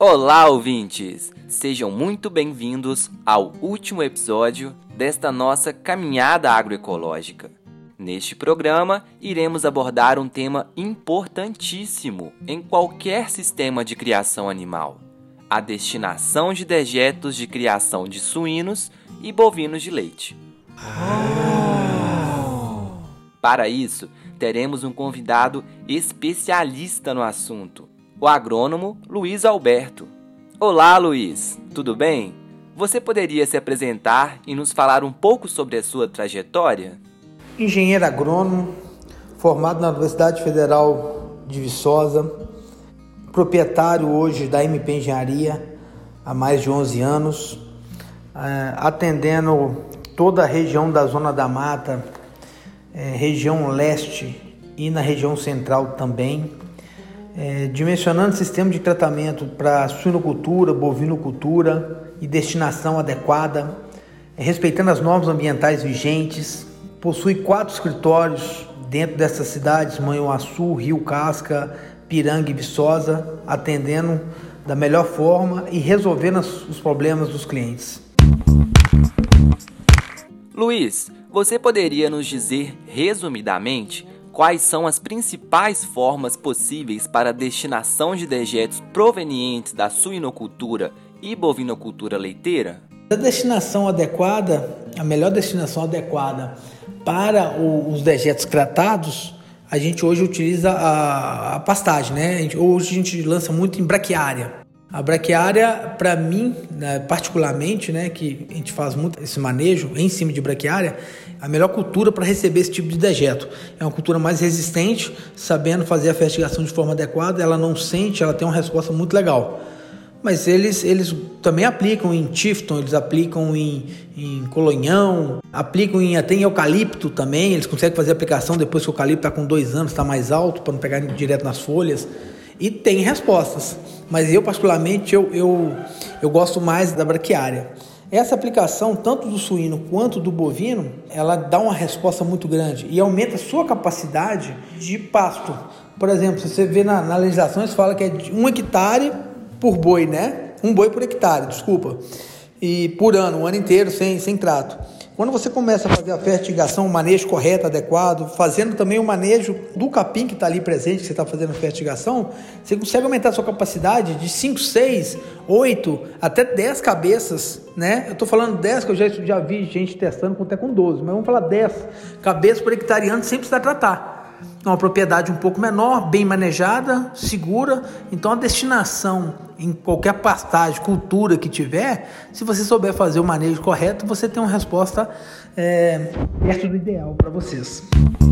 Olá, ouvintes! Sejam muito bem-vindos ao último episódio desta nossa caminhada agroecológica. Neste programa, iremos abordar um tema importantíssimo em qualquer sistema de criação animal: a destinação de dejetos de criação de suínos e bovinos de leite. Para isso, teremos um convidado especialista no assunto, o agrônomo Luiz Alberto. Olá, Luiz, tudo bem? Você poderia se apresentar e nos falar um pouco sobre a sua trajetória? Engenheiro agrônomo, formado na Universidade Federal de Viçosa, proprietário hoje da MP Engenharia há mais de 11 anos, atendendo toda a região da Zona da Mata, região leste e na região central também, dimensionando sistema de tratamento para suinocultura, bovinocultura e destinação adequada, respeitando as normas ambientais vigentes. Possui 4 escritórios dentro dessas cidades: Manhuaçu, Rio Casca, Piranga e Viçosa, atendendo da melhor forma e resolvendo os problemas dos clientes. Luiz, você poderia nos dizer, resumidamente, quais são as principais formas possíveis para a destinação de dejetos provenientes da suinocultura e bovinocultura leiteira? A destinação adequada, a melhor destinação adequada para os dejetos tratados, a gente hoje utiliza a pastagem, né? Hoje a gente lança muito em braquiária. A braquiária, para mim, particularmente, né, que a gente faz muito esse manejo em cima de braquiária, a melhor cultura para receber esse tipo de dejeto. É uma cultura mais resistente, sabendo fazer a fertigação de forma adequada, ela não sente, ela tem uma resposta muito legal. Mas eles também aplicam em Tifton, eles aplicam em colonhão, aplicam até em eucalipto também. Eles conseguem fazer a aplicação depois que o eucalipto está com 2 anos, está mais alto, para não pegar direto nas folhas. E tem respostas. Mas eu, particularmente, eu gosto mais da braquiária. Essa aplicação, tanto do suíno quanto do bovino, ela dá uma resposta muito grande e aumenta a sua capacidade de pasto. Por exemplo, se você vê na legislação, eles falam que é de 1 hectare por boi, né? 1 boi por hectare, desculpa. E por ano, o ano inteiro, sem trato. Quando você começa a fazer a fertigação, o manejo correto, adequado, fazendo também o manejo do capim que está ali presente, que você está fazendo a fertigação, você consegue aumentar a sua capacidade de 5, 6, 8, até 10 cabeças, né? Eu estou falando 10, que eu já vi gente testando até com 12, mas vamos falar 10 cabeças por hectare ano sem precisar tratar. É uma propriedade um pouco menor, bem manejada, segura. Então a destinação em qualquer pastagem, cultura que tiver, se você souber fazer o manejo correto, você tem uma resposta perto do ideal para vocês.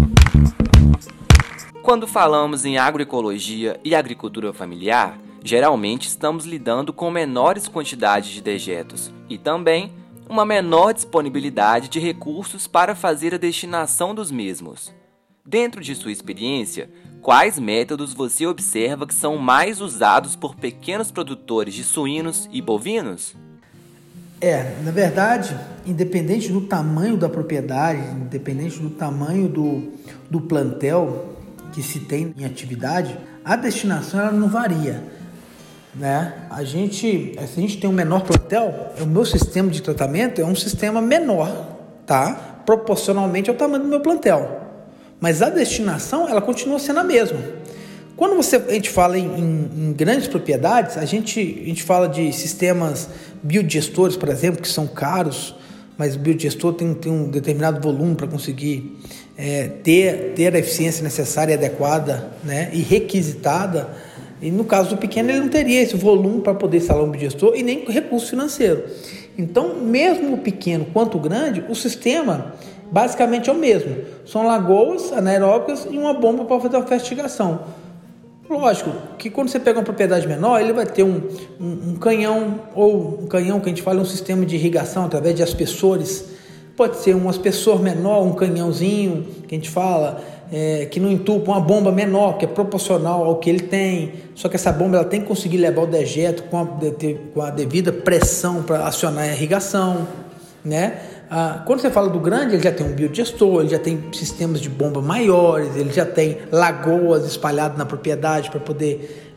Quando falamos em agroecologia e agricultura familiar, geralmente estamos lidando com menores quantidades de dejetos e também uma menor disponibilidade de recursos para fazer a destinação dos mesmos. Dentro de sua experiência, quais métodos você observa que são mais usados por pequenos produtores de suínos e bovinos? Na verdade, independente do tamanho da propriedade, independente do tamanho do plantel que se tem em atividade, a destinação ela não varia, né? Se a gente tem um menor plantel, o meu sistema de tratamento é um sistema menor, tá? Proporcionalmente ao tamanho do meu plantel. Mas a destinação, ela continua sendo a mesma. Quando a gente fala em grandes propriedades, a gente fala de sistemas biodigestores, por exemplo, que são caros, mas o biodigestor tem um determinado volume para conseguir ter a eficiência necessária e adequada, né, e requisitada. E no caso do pequeno, ele não teria esse volume para poder instalar um biodigestor e nem recurso financeiro. Então, mesmo o pequeno quanto o grande, o sistema basicamente é o mesmo. São lagoas anaeróbicas e uma bomba para fazer a fertigação. Lógico que quando você pega uma propriedade menor, ele vai ter um canhão, ou um canhão que a gente fala, um sistema de irrigação através de aspersores. Pode ser um aspersor menor, um canhãozinho que a gente fala, que não entupa, uma bomba menor, que é proporcional ao que ele tem. Só que essa bomba ela tem que conseguir levar o dejeto com a devida pressão para acionar a irrigação, né? Quando você fala do grande, ele já tem um biodigestor, ele já tem sistemas de bomba maiores, ele já tem lagoas espalhadas na propriedade para poder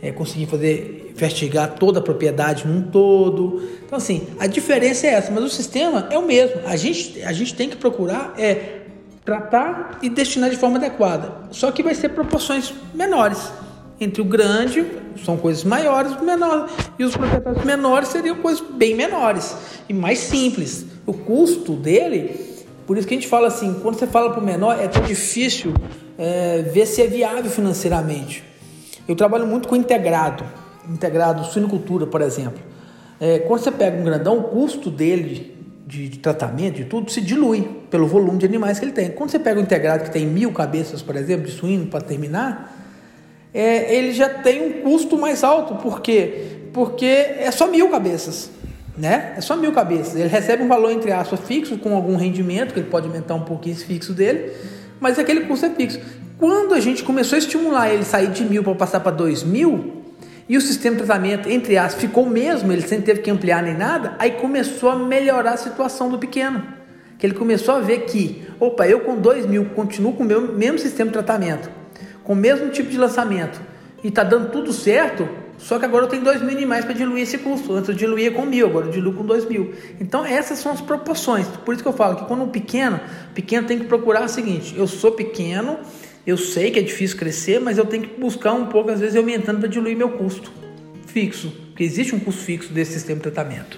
conseguir fertigar toda a propriedade num todo. Então assim, a diferença é essa, mas o sistema é o mesmo. A gente tem que procurar tratar e destinar de forma adequada, só que vai ser proporções menores. Entre o grande, são coisas maiores, menores, e os proprietários menores seriam coisas bem menores e mais simples. O custo dele, por isso que a gente fala assim, quando você fala para o menor, é tão difícil ver se é viável financeiramente. Eu trabalho muito com integrado suinocultura, por exemplo. Quando você pega um grandão, o custo dele de tratamento, de tudo, se dilui pelo volume de animais que ele tem. Quando você pega um integrado que tem 1.000 cabeças, por exemplo, de suíno, para terminar, ele já tem um custo mais alto. Por quê? Porque é só 1.000 cabeças, né? É só 1.000 cabeças. Ele recebe um valor, entre aspas, fixo, com algum rendimento, que ele pode aumentar um pouquinho esse fixo dele, mas aquele custo é fixo. Quando a gente começou a estimular ele sair de 1.000 para passar para 2.000, e o sistema de tratamento, entre aspas, ficou o mesmo, ele sem teve que ampliar nem nada, aí começou a melhorar a situação do pequeno. Que ele começou a ver que, eu com 2.000 continuo com o meu mesmo sistema de tratamento, com o mesmo tipo de lançamento, e está dando tudo certo, só que agora eu tenho 2.000 animais para diluir esse custo. Antes eu diluía com 1.000, agora eu diluo com 2.000. Então essas são as proporções. Por isso que eu falo que quando o pequeno tem que procurar o seguinte: eu sou pequeno, eu sei que é difícil crescer, mas eu tenho que buscar um pouco, às vezes, aumentando para diluir meu custo fixo, porque existe um custo fixo desse sistema de tratamento.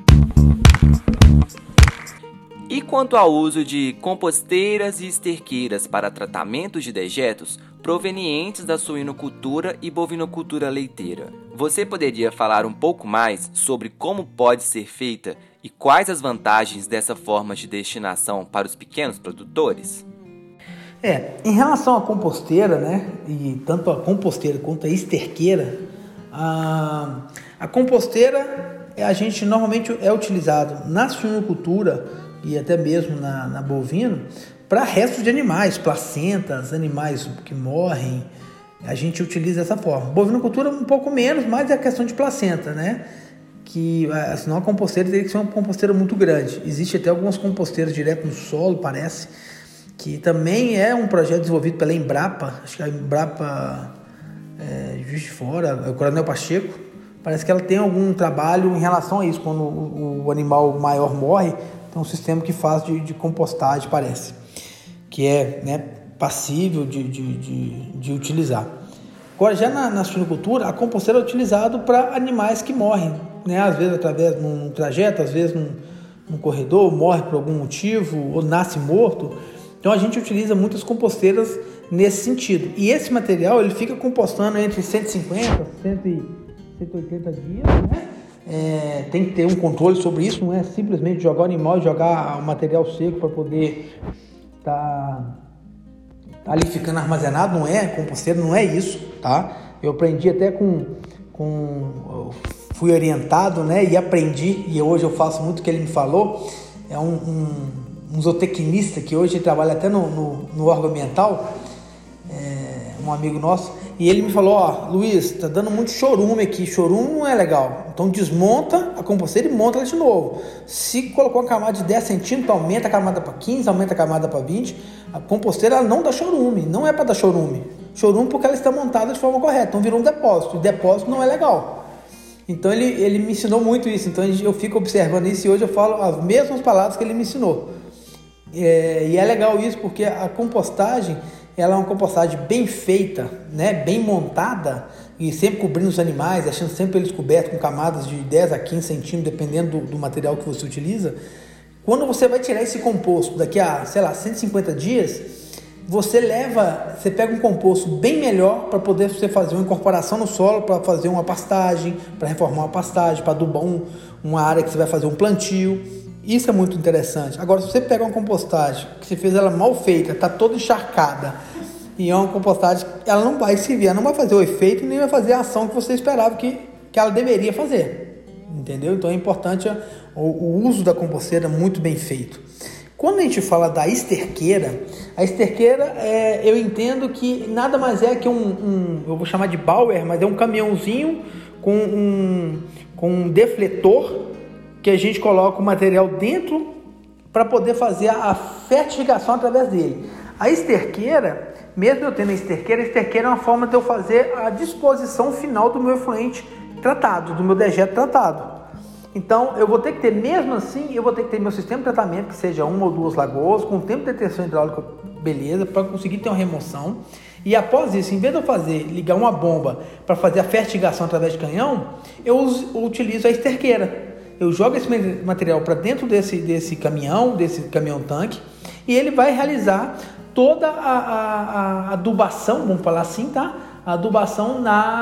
E quanto ao uso de composteiras e esterqueiras para tratamento de dejetos provenientes da suinocultura e bovinocultura leiteira, você poderia falar um pouco mais sobre como pode ser feita e quais as vantagens dessa forma de destinação para os pequenos produtores? Em relação à composteira, né, e tanto a composteira quanto a esterqueira, a composteira a gente normalmente é utilizado na suinocultura e até mesmo na bovino para restos de animais, placentas, animais que morrem, a gente utiliza dessa forma. Bovinocultura um pouco menos, mas é a questão de placenta, né? Que senão a composteira teria que ser uma composteira muito grande. Existe até algumas composteiras direto no solo, parece, que também é um projeto desenvolvido pela Embrapa, acho que a Embrapa Juiz de Fora, o Coronel Pacheco, parece que ela tem algum trabalho em relação a isso. Quando o animal maior morre, tem um sistema que faz de compostagem, parece, que é, né, passível de utilizar. Agora, já na suinocultura, a composteira é utilizada para animais que morrem, né, às vezes através de um trajeto, às vezes num corredor, morre por algum motivo ou nasce morto. Então a gente utiliza muitas composteiras nesse sentido. E esse material ele fica compostando entre 150 e 180 dias, né? Tem que ter um controle sobre isso, não é simplesmente jogar o animal e jogar o material seco para poder tá ali ficando armazenado, não é, composteira não é isso, tá? Eu aprendi até fui orientado, né, e aprendi, e hoje eu faço muito o que ele me falou. É um zootecnista que hoje trabalha até no órgão ambiental, um amigo nosso, e ele me falou: Luiz, tá dando muito chorume aqui, chorume não é legal, então desmonta a composteira e monta ela de novo. Se colocou uma camada de 10 centímetros, aumenta a camada para 15, aumenta a camada para 20, a composteira ela não dá chorume, não é para dar chorume porque ela está montada de forma correta, então virou um depósito, e depósito não é legal. Então ele me ensinou muito isso, então eu fico observando isso e hoje eu falo as mesmas palavras que ele me ensinou. E é legal isso porque a compostagem, ela é uma compostagem bem feita, né, bem montada, e sempre cobrindo os animais, deixando sempre eles cobertos com camadas de 10 a 15 centímetros, dependendo do material que você utiliza. Quando você vai tirar esse composto daqui a, 150 dias, você pega um composto bem melhor para poder você fazer uma incorporação no solo, para fazer uma pastagem, para reformar uma pastagem, para adubar uma área que você vai fazer um plantio. Isso é muito interessante. Agora, se você pegar uma compostagem que você fez ela mal feita, está toda encharcada, e é uma compostagem, ela não vai servir, ela não vai fazer o efeito, nem vai fazer a ação que você esperava que ela deveria fazer. Entendeu? Então é importante o uso da composteira muito bem feito. Quando a gente fala da esterqueira, a esterqueira eu entendo que nada mais é que eu vou chamar de Bauer, mas é um caminhãozinho com um defletor, que a gente coloca o material dentro para poder fazer a fertigação através dele. A esterqueira, Mesmo eu tendo a esterqueira é uma forma de eu fazer a disposição final do meu efluente tratado, do meu dejeto tratado. Então, eu vou ter que ter, mesmo assim, eu vou ter que ter meu sistema de tratamento, que seja 1 ou 2 lagoas, com tempo de detenção hidráulica, beleza, para conseguir ter uma remoção. E após isso, em vez de eu ligar uma bomba para fazer a fertigação através de canhão, eu utilizo a esterqueira. Eu jogo esse material para dentro desse caminhão-tanque, e ele vai realizar toda a adubação, vamos falar assim, tá? A adubação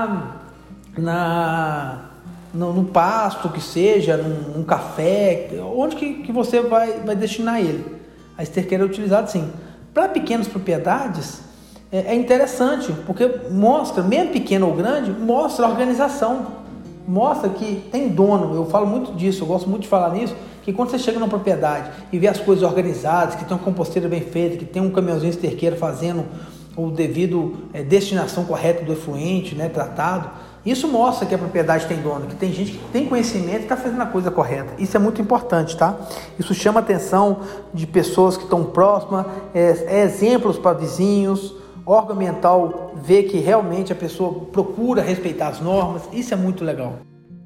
no pasto, que seja, num café, onde que você vai destinar ele. A esterqueira é utilizada sim. Para pequenas propriedades, é interessante, porque mostra, mesmo pequeno ou grande, mostra a organização, mostra que tem dono. Eu falo muito disso, eu gosto muito de falar nisso, que quando você chega numa propriedade e vê as coisas organizadas, que tem uma composteira bem feita, que tem um caminhãozinho esterqueiro fazendo o devido destinação correta do efluente, né, tratado, isso mostra que a propriedade tem dono, que tem gente que tem conhecimento e está fazendo a coisa correta. Isso é muito importante, tá? Isso chama a atenção de pessoas que estão próximas, exemplos para vizinhos. Órgão ambiental vê que realmente a pessoa procura respeitar as normas. Isso é muito legal.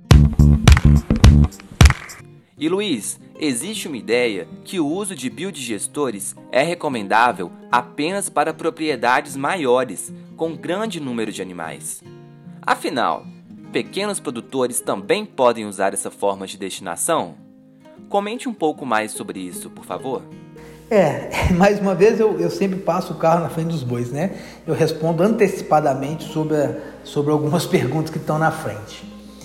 E Luiz, existe uma ideia que o uso de biodigestores é recomendável apenas para propriedades maiores, com grande número de animais. Afinal, pequenos produtores também podem usar essa forma de destinação? Comente um pouco mais sobre isso, por favor. Mais uma vez eu sempre passo o carro na frente dos bois, né? Eu respondo antecipadamente sobre algumas perguntas que estão na frente.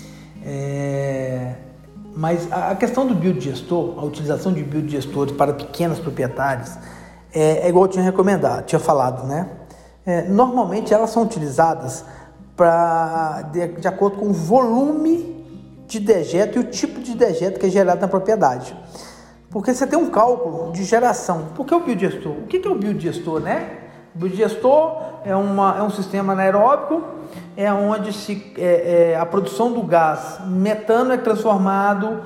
Mas a questão do biodigestor, a utilização de biodigestores para pequenas propriedades, é igual eu tinha falado, né? Normalmente elas são utilizadas de acordo com o volume de dejeto e o tipo de dejeto que é gerado na propriedade. Porque você tem um cálculo de geração. Por que o biodigestor? O que é o biodigestor, né? O biodigestor é um sistema anaeróbico, onde a produção do gás metano é transformado,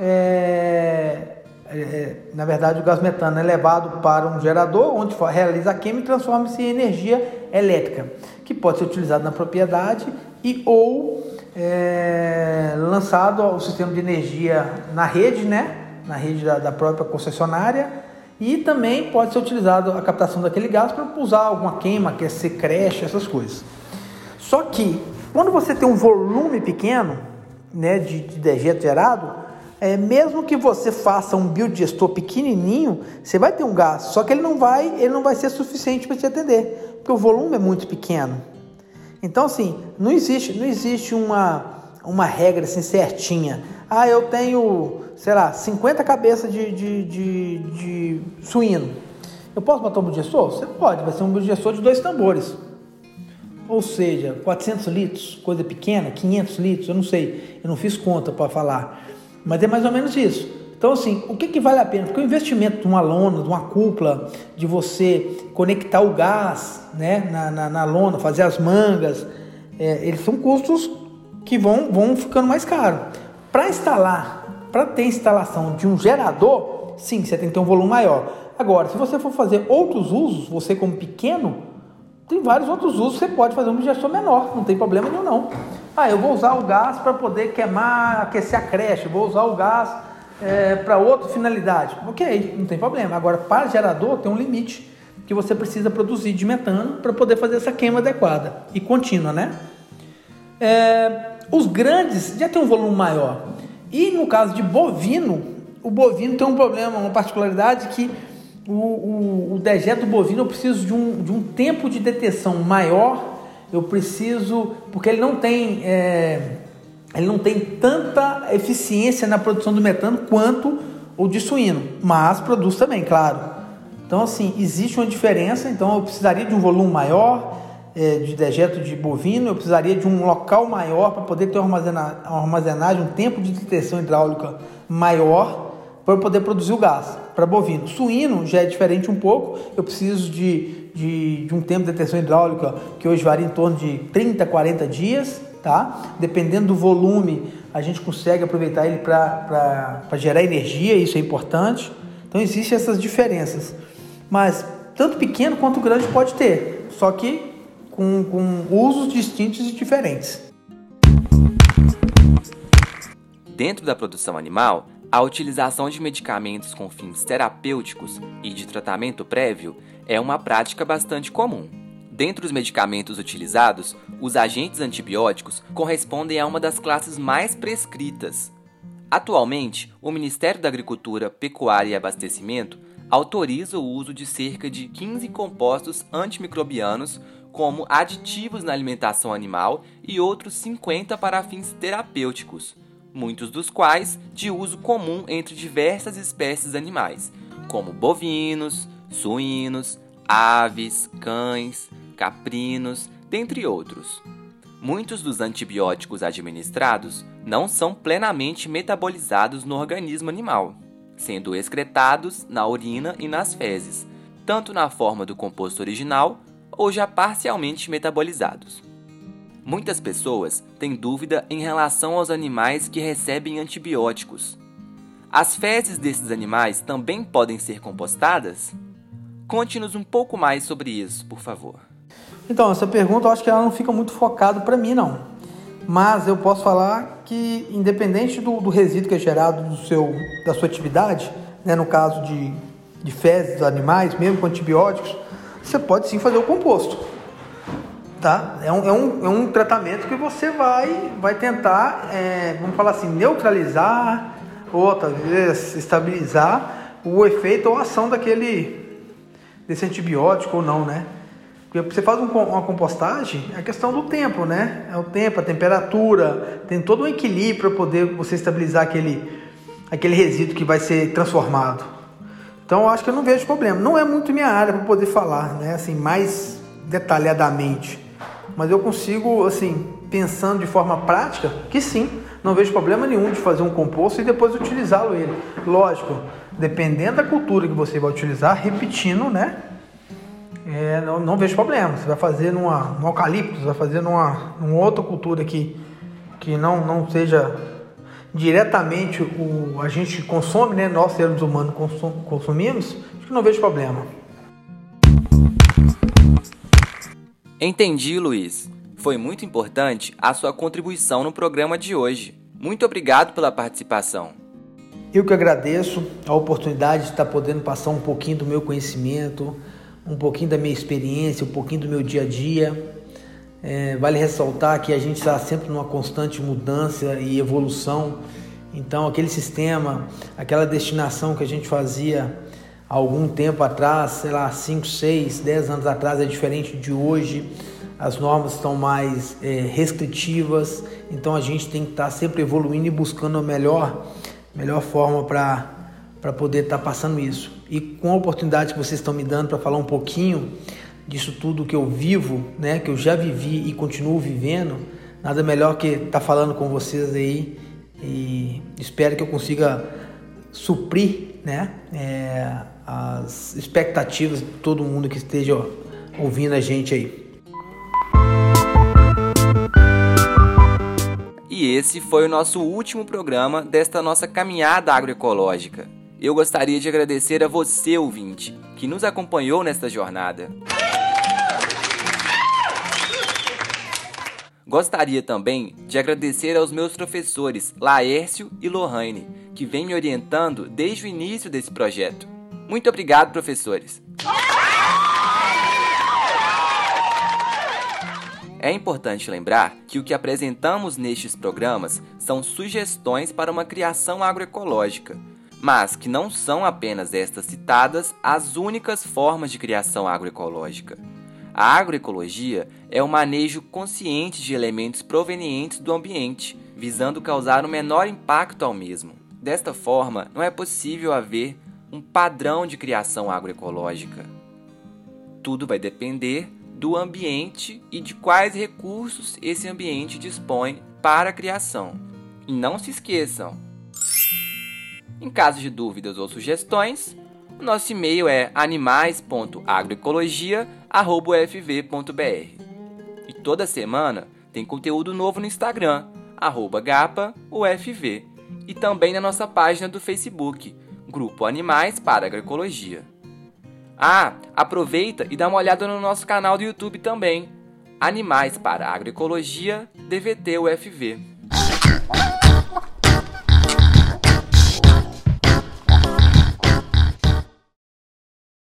na verdade o gás metano é levado para um gerador, onde realiza a queima e transforma-se em energia elétrica, que pode ser utilizado na propriedade ou lançado ao sistema de energia na rede, né? Na rede da própria concessionária, e também pode ser utilizado a captação daquele gás para usar alguma queima, aquecer creche, essas coisas. Só que quando você tem um volume pequeno, né, de dejeto gerado, mesmo que você faça um biodigestor pequenininho, você vai ter um gás, só que ele não vai ser suficiente para te atender, porque o volume é muito pequeno. Então, assim, não existe uma regra assim certinha. Eu tenho, 50 cabeças de suíno. Eu posso botar um biodigestor? Você pode, vai ser um biodigestor de 2 tambores. Ou seja, 400 litros, coisa pequena, 500 litros, eu não sei, eu não fiz conta para falar. Mas é mais ou menos isso. Então, assim, o que vale a pena? Porque o investimento de uma lona, de uma cúpula, de você conectar o gás, né, na lona, fazer as mangas, eles são custos que vão ficando mais caros. Para ter instalação de um gerador, sim, você tem que ter um volume maior. Agora, se você for fazer outros usos, você como pequeno, tem vários outros usos, você pode fazer um biodigestor menor, não tem problema nenhum não. Eu vou usar o gás para poder aquecer a creche, vou usar o gás para outra finalidade. Ok, não tem problema. Agora, para gerador, tem um limite que você precisa produzir de metano para poder fazer essa queima adequada e contínua, né? Os grandes já tem um volume maior. E no caso de bovino, o bovino tem um problema, uma particularidade que o dejeto bovino eu preciso de um tempo de detenção maior. Porque ele não tem tanta eficiência na produção do metano quanto o de suíno, mas produz também, claro. Então, assim, existe uma diferença. Então, eu precisaria de um volume maior de dejeto de bovino, eu precisaria de um local maior para poder ter uma armazenagem, um tempo de detenção hidráulica maior para eu poder produzir o gás para bovino. Suíno já é diferente um pouco, eu preciso de um tempo de detenção hidráulica que hoje varia em torno de 30 a 40 dias, tá? Dependendo do volume, a gente consegue aproveitar ele para gerar energia, isso é importante. Então existem essas diferenças, mas tanto pequeno quanto grande pode ter, só que com usos distintos e diferentes. Dentro da produção animal, a utilização de medicamentos com fins terapêuticos e de tratamento prévio é uma prática bastante comum. Dentre os medicamentos utilizados, os agentes antibióticos correspondem a uma das classes mais prescritas. Atualmente, o Ministério da Agricultura, Pecuária e Abastecimento autoriza o uso de cerca de 15 compostos antimicrobianos como aditivos na alimentação animal e outros 50 para fins terapêuticos, muitos dos quais de uso comum entre diversas espécies animais, como bovinos, suínos, aves, cães, caprinos, dentre outros. Muitos dos antibióticos administrados não são plenamente metabolizados no organismo animal, sendo excretados na urina e nas fezes, tanto na forma do composto original ou já parcialmente metabolizados. Muitas pessoas têm dúvida em relação aos animais que recebem antibióticos. As fezes desses animais também podem ser compostadas? Conte-nos um pouco mais sobre isso, por favor. Então, essa pergunta eu acho que ela não fica muito focada para mim, não. Mas eu posso falar que, independente do resíduo que é gerado da sua atividade, né, no caso de fezes dos animais, mesmo com antibióticos, você pode sim fazer o composto. Tá? É um tratamento que você vai tentar, vamos falar assim, neutralizar ou talvez estabilizar o efeito ou a ação desse antibiótico ou não, né? Porque você faz uma compostagem, é a questão do tempo, né? É o tempo, a temperatura, tem todo um equilíbrio para poder você estabilizar aquele resíduo que vai ser transformado. Então, eu acho que eu não vejo problema. Não é muito minha área para poder falar, né? Assim, mais detalhadamente. Mas eu consigo, assim, pensando de forma prática, que sim, não vejo problema nenhum de fazer um composto e depois utilizá-lo ele. Lógico, dependendo da cultura que você vai utilizar, repetindo, né? Não vejo problema. Você vai fazer num eucalipto, você vai fazer numa outra cultura que não seja diretamente a gente consome, né? Nós, seres humanos, consumimos, acho que não vejo problema. Entendi, Luiz. Foi muito importante a sua contribuição no programa de hoje. Muito obrigado pela participação. Eu que agradeço a oportunidade de estar podendo passar um pouquinho do meu conhecimento, um pouquinho da minha experiência, um pouquinho do meu dia a dia. Vale ressaltar que a gente está sempre numa constante mudança e evolução. Então, aquele sistema, aquela destinação que a gente fazia há algum tempo atrás, sei lá, 5, 6, 10 anos atrás, é diferente de hoje. As normas estão mais restritivas, então a gente tem que estar sempre evoluindo e buscando a melhor forma para poder estar passando isso. E com a oportunidade que vocês estão me dando para falar um pouquinho disso tudo que eu vivo, né, que eu já vivi e continuo vivendo, nada melhor que estar falando com vocês aí, e espero que eu consiga suprir, né, as expectativas de todo mundo que esteja ouvindo a gente aí. E esse foi o nosso último programa desta nossa caminhada agroecológica. Eu gostaria de agradecer a você, ouvinte, que nos acompanhou nesta jornada. Gostaria também de agradecer aos meus professores Laércio e Lohane, que vêm me orientando desde o início desse projeto. Muito obrigado, professores! É importante lembrar que o que apresentamos nestes programas são sugestões para uma criação agroecológica, mas que não são apenas estas citadas as únicas formas de criação agroecológica. A agroecologia é o manejo consciente de elementos provenientes do ambiente, visando causar o menor impacto ao mesmo. Desta forma, não é possível haver um padrão de criação agroecológica. Tudo vai depender do ambiente e de quais recursos esse ambiente dispõe para a criação. E não se esqueçam, em caso de dúvidas ou sugestões, o nosso e-mail é animais.agroecologia@ufv.br. E toda semana tem conteúdo novo no Instagram, @GAPA-UFV, e também na nossa página do Facebook, Grupo Animais para Agroecologia. Ah, aproveita e dá uma olhada no nosso canal do YouTube também. Animais para Agroecologia DVT UFV.